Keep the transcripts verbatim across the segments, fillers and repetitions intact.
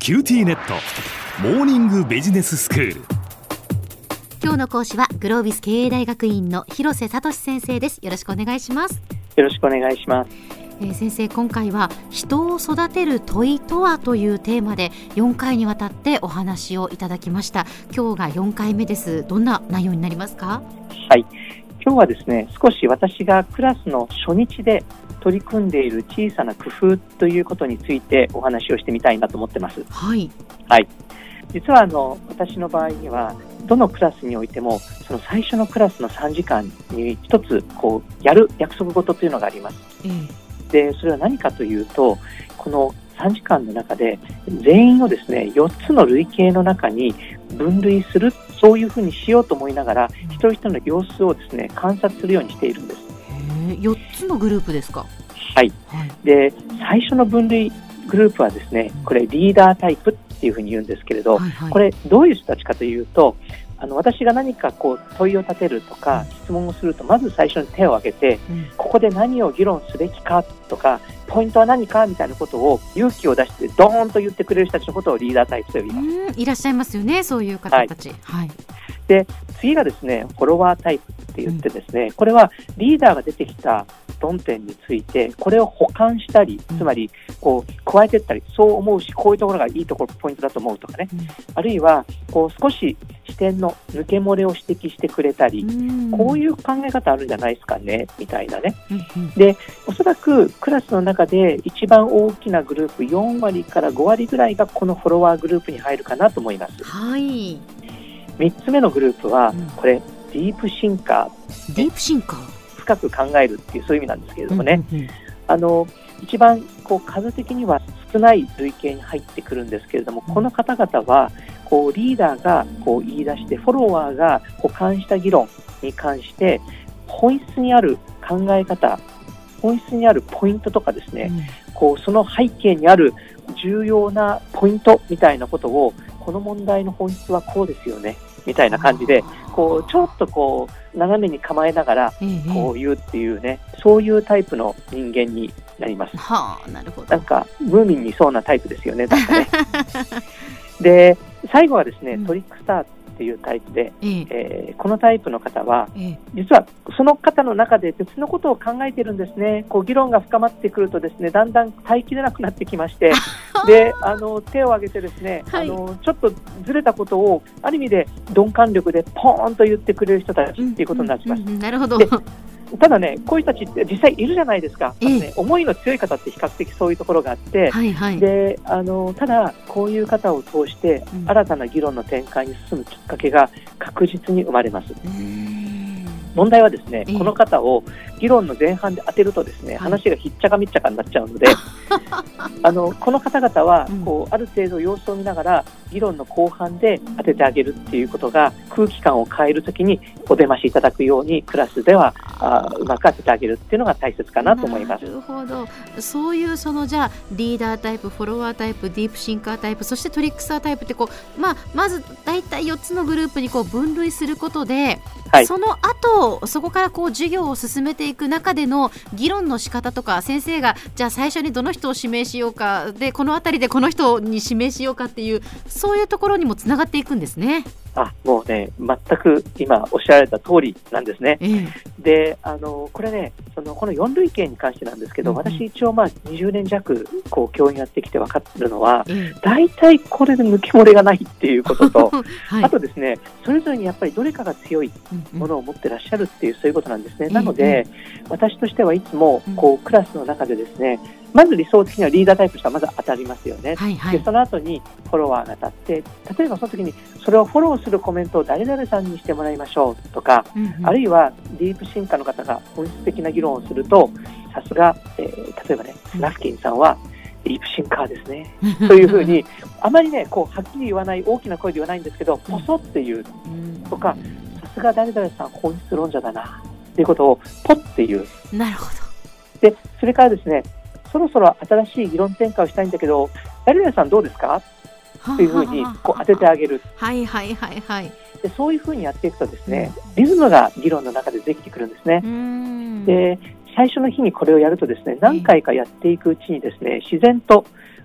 キューティーネットモーニングビジネススクール。 今日の講師はグロービス経営大学院の広瀬聡先生です。よろしくお願いします。 よろしくお願いします。 えー、先生、今回は人を育てる問いとはというテーマでよんかいにわたってお話をいただきました。今日がよんかいめです。どんな内容になりますか？ はい、今日はですね、少し私がクラスの初日で取り組んでいる小さな工夫ということについてお話をしてみたいなと思ってます。 はい、 はい、実はあの私の場合にはどのクラスにおいてもその最初のクラスのさんじかんに一つこうやる約束事というのがあります。 えーでそれは何かというと、このさんじかんの中で全員をですねよっつの類型の中に分類する、そういうふうにしようと思いながら一人一人の様子をですね観察するようにしているんです。 へー、よっつのグループですか？ はい、 はい、 で最初の分類グループはですね、これリーダータイプっていうふうに言うんですけれど、 はいはい、 これどういう人たちかというと、あの私が何かこう問いを立てるとか質問をすると、まず最初に手を挙げて、うん、ここで何を議論すべきかとかポイントは何かみたいなことを勇気を出してドーンと言ってくれる人たちのことをリーダータイプと呼びます。 うん、いらっしゃいますよね、そういう方たち。はいはい、 で次がですねフォロワータイプって言ってですね、うん、これはリーダーが出てきた論点についてこれを補完したり、つまりこう加えていったり、そう思うしこういうところがいいところポイントだと思うとかね、うん、あるいはこう少し視点の抜け漏れを指摘してくれたり、うん、こういう考え方あるんじゃないですかねみたいなね、うんうん、でおそらくクラスの中で一番大きなグループよんわりからごわりぐらいがこのフォロワーグループに入るかなと思います。 はい、 みっつめのグループは、うん、これディープシンカー、 ディープシンカー、 深く考えるっていうそういう意味なんですけれどもね、 うんうんうん、 あの一番こう数的には少ない類型に入ってくるんですけれども、この方々はこうリーダーがこう言い出してフォロワーが補完した議論に関して本質にある考え方、本質にあるポイントとかですね、うん、こうその背景にある重要なポイントみたいなことを、この問題の本質はこうですよねみたいな感じでこうちょっとこう斜めに構えながらこう言うっていうね、そういうタイプの人間になります。 はあ、なるほど。 なんかムーミンにそうなタイプですよね、なんかねで最後はですね、うん、トリックスターっていうタイプで、えええー、このタイプの方は、ええ、実はその方の中で別のことを考えているんですね。こう議論が深まってくるとですね、だんだん耐えきれなくなってきましてであの手を挙げてですね、はい、あのちょっとずれたことをある意味で鈍感力でポーンと言ってくれる人たちっていうことになってます。 うんうんうん、なるほど。 ただね、こういう人たちって実際いるじゃないですか、ええね、思いの強い方って比較的そういうところがあって、はいはい、であのただこういう方を通して新たな議論の展開に進むきっかけが確実に生まれます。うーん、問題はですね、ええ、この方を議論の前半で当てるとですね、話がひっちゃかみっちゃかになっちゃうのであのこの方々はこうある程度様子を見ながら議論の後半で当ててあげるっていうことが、空気感を変えるときにお出ましいただくようにクラスではあうまく当ててあげるっていうのが大切かなと思います。 なるほど。そういうそのじゃあリーダータイプ、フォロワータイプ、ディープシンカータイプ、そしてトリックスタータイプってこう、まあ、まずだいたいよっつのグループにこう分類することで、はい、その後そこからこう授業を進めていく中での議論の仕方とか、先生がじゃあ最初にどの人を指名しようか、でこのあたりでこの人に指名しようかっていう、そういうところにもつながっていくんですね。 あ、もうね、全く今おっしゃられた通りなんですね、ええ、であのこれね、そのこのよん類型に関してなんですけど、うん、私一応まあにじゅうねん弱こう教員やってきて分かってるのは、大体、ええ、これで抜け漏れがないっていうことと、はい、あとですね、それぞれにやっぱりどれかが強いものを持ってらっしゃるっていう、そういうことなんですね。なので、うん、私としてはいつもこうクラスの中でですね、まず理想的にはリーダータイプとしてはまず当たりますよね、はいはい、でその後にフォロワーが立って、例えばその時にそれをフォローするコメントを誰々さんにしてもらいましょうとか、うんうん、あるいはディープ進化の方が本質的な議論をすると、さすが、えー、例えばね、うん、ラフキンさんはディープ進化ですねというふうにあまりねこうはっきり言わない、大きな声で言わないんですけど、ポソっていうとか、さすが誰々さん本質論者だなっていうことをポッっていう。 なるほど。 でそれからですね、そろそろ新しい議論展開をしたいんだけど、誰々さんどうですかというふうにこう当ててあげる。 はいはいはいはい。 でそういうふうにやっていくとですね、リズムが議論の中でできてくるんですね。うーんで最初の日にこれをやるとですね、何回かやっていくうちにですね、自然と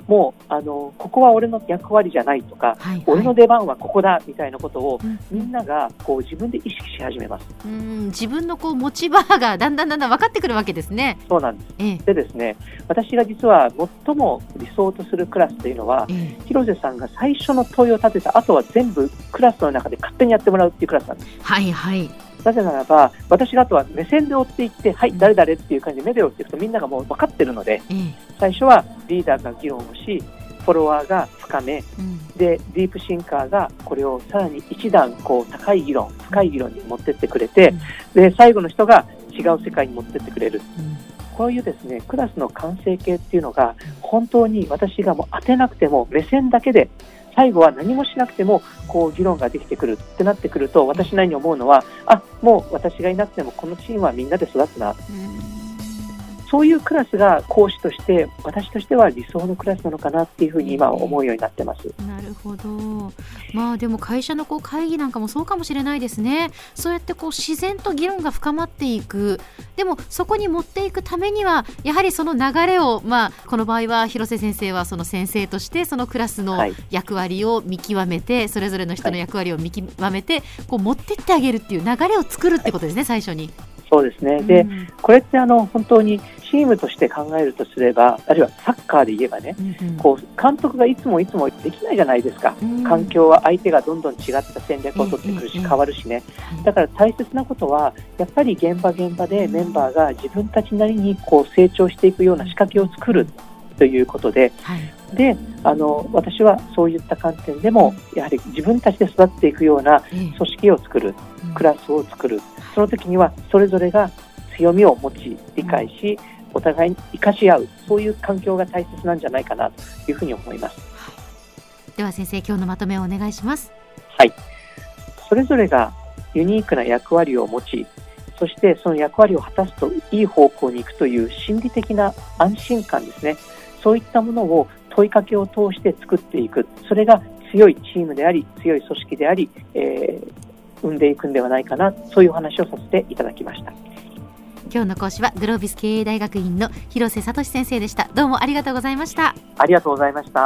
もうあのここは俺の役割じゃないとか、はいはい、俺の出番はここだみたいなことを、うん、みんながこう自分で意識し始めます。 うん、自分のこう持ち場がだんだんだんだん分かってくるわけですね。 そうなんです、ええ、でですね、私が実は最も理想とするクラスというのは、ええ、広瀬さんが最初の問いを立てた後は全部クラスの中で勝手にやってもらうっていうクラスなんです。 はいはい。 なぜならば私があとは目線で追っていってはい誰々っていう感じで目で追っていくとみんながもう分かってるので、うん、最初はリーダーが議論をしフォロワーが深め、うん、でディープシンカーがこれをさらに一段こう高い議論深い議論に持ってってくれて、うん、で最後の人が違う世界に持ってってくれる、うん、こういうですねクラスの完成形っていうのが本当に私がもう当てなくても目線だけで最後は何もしなくてもこう議論ができてくるってなってくると私なりに思うのはあもう私がいなくてもこのチームはみんなで育つな、うん、そういうクラスが講師として私としては理想のクラスなのかなっていうふうに今思うようになってます。 なるほど。まあでも会社のこう会議なんかもそうかもしれないですね。そうやってこう自然と議論が深まっていく。でもそこに持っていくためにはやはりその流れを、まあ、この場合は広瀬先生はその先生としてそのクラスの役割を見極めて、はい、それぞれの人の役割を見極めて、はい、こう持ってってあげるっていう流れを作るってことですね、はい、最初に。 そうですね。で、うん、これってあの本当にチームとして考えるとすればあるいはサッカーで言えばね、うんうん、こう監督がいつもいつもできないじゃないですか、うん、環境は相手がどんどん違った戦略を取ってくるし、うん、変わるしね、うん、だから大切なことはやっぱり現場現場でメンバーが自分たちなりにこう成長していくような仕掛けを作るということで、はい、であの私はそういった観点でもやはり自分たちで育っていくような組織を作る、うん、クラスを作る、その時にはそれぞれが強みを持ち理解し、うん、お互いに生かし合う、そういう環境が大切なんじゃないかなというふうに思います。 はい、では先生、今日のまとめをお願いします。 はい、それぞれがユニークな役割を持ち、そしてその役割を果たすといい方向に行くという心理的な安心感ですね、そういったものを問いかけを通して作っていく、それが強いチームであり強い組織であり、えー、生んでいくんではないかな、そういうお話をさせていただきました。 今日の講師はグロービス経営大学院の広瀬聡先生でした。どうもありがとうございました。 ありがとうございました。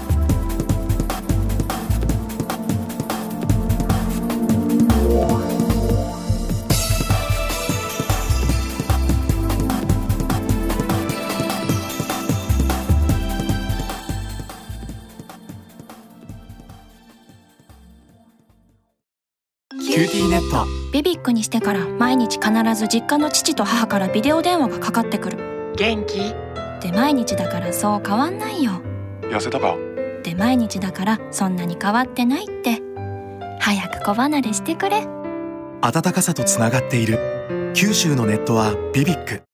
キューティーネットビビックにしてから毎日必ず実家の父と母からビデオ電話がかかってくる。 元気で毎日だからそう変わんないよ。 痩せたかで毎日だからそんなに変わってないって。早く子離れしてくれ。 温かさとつながっている九州のネットはビビック。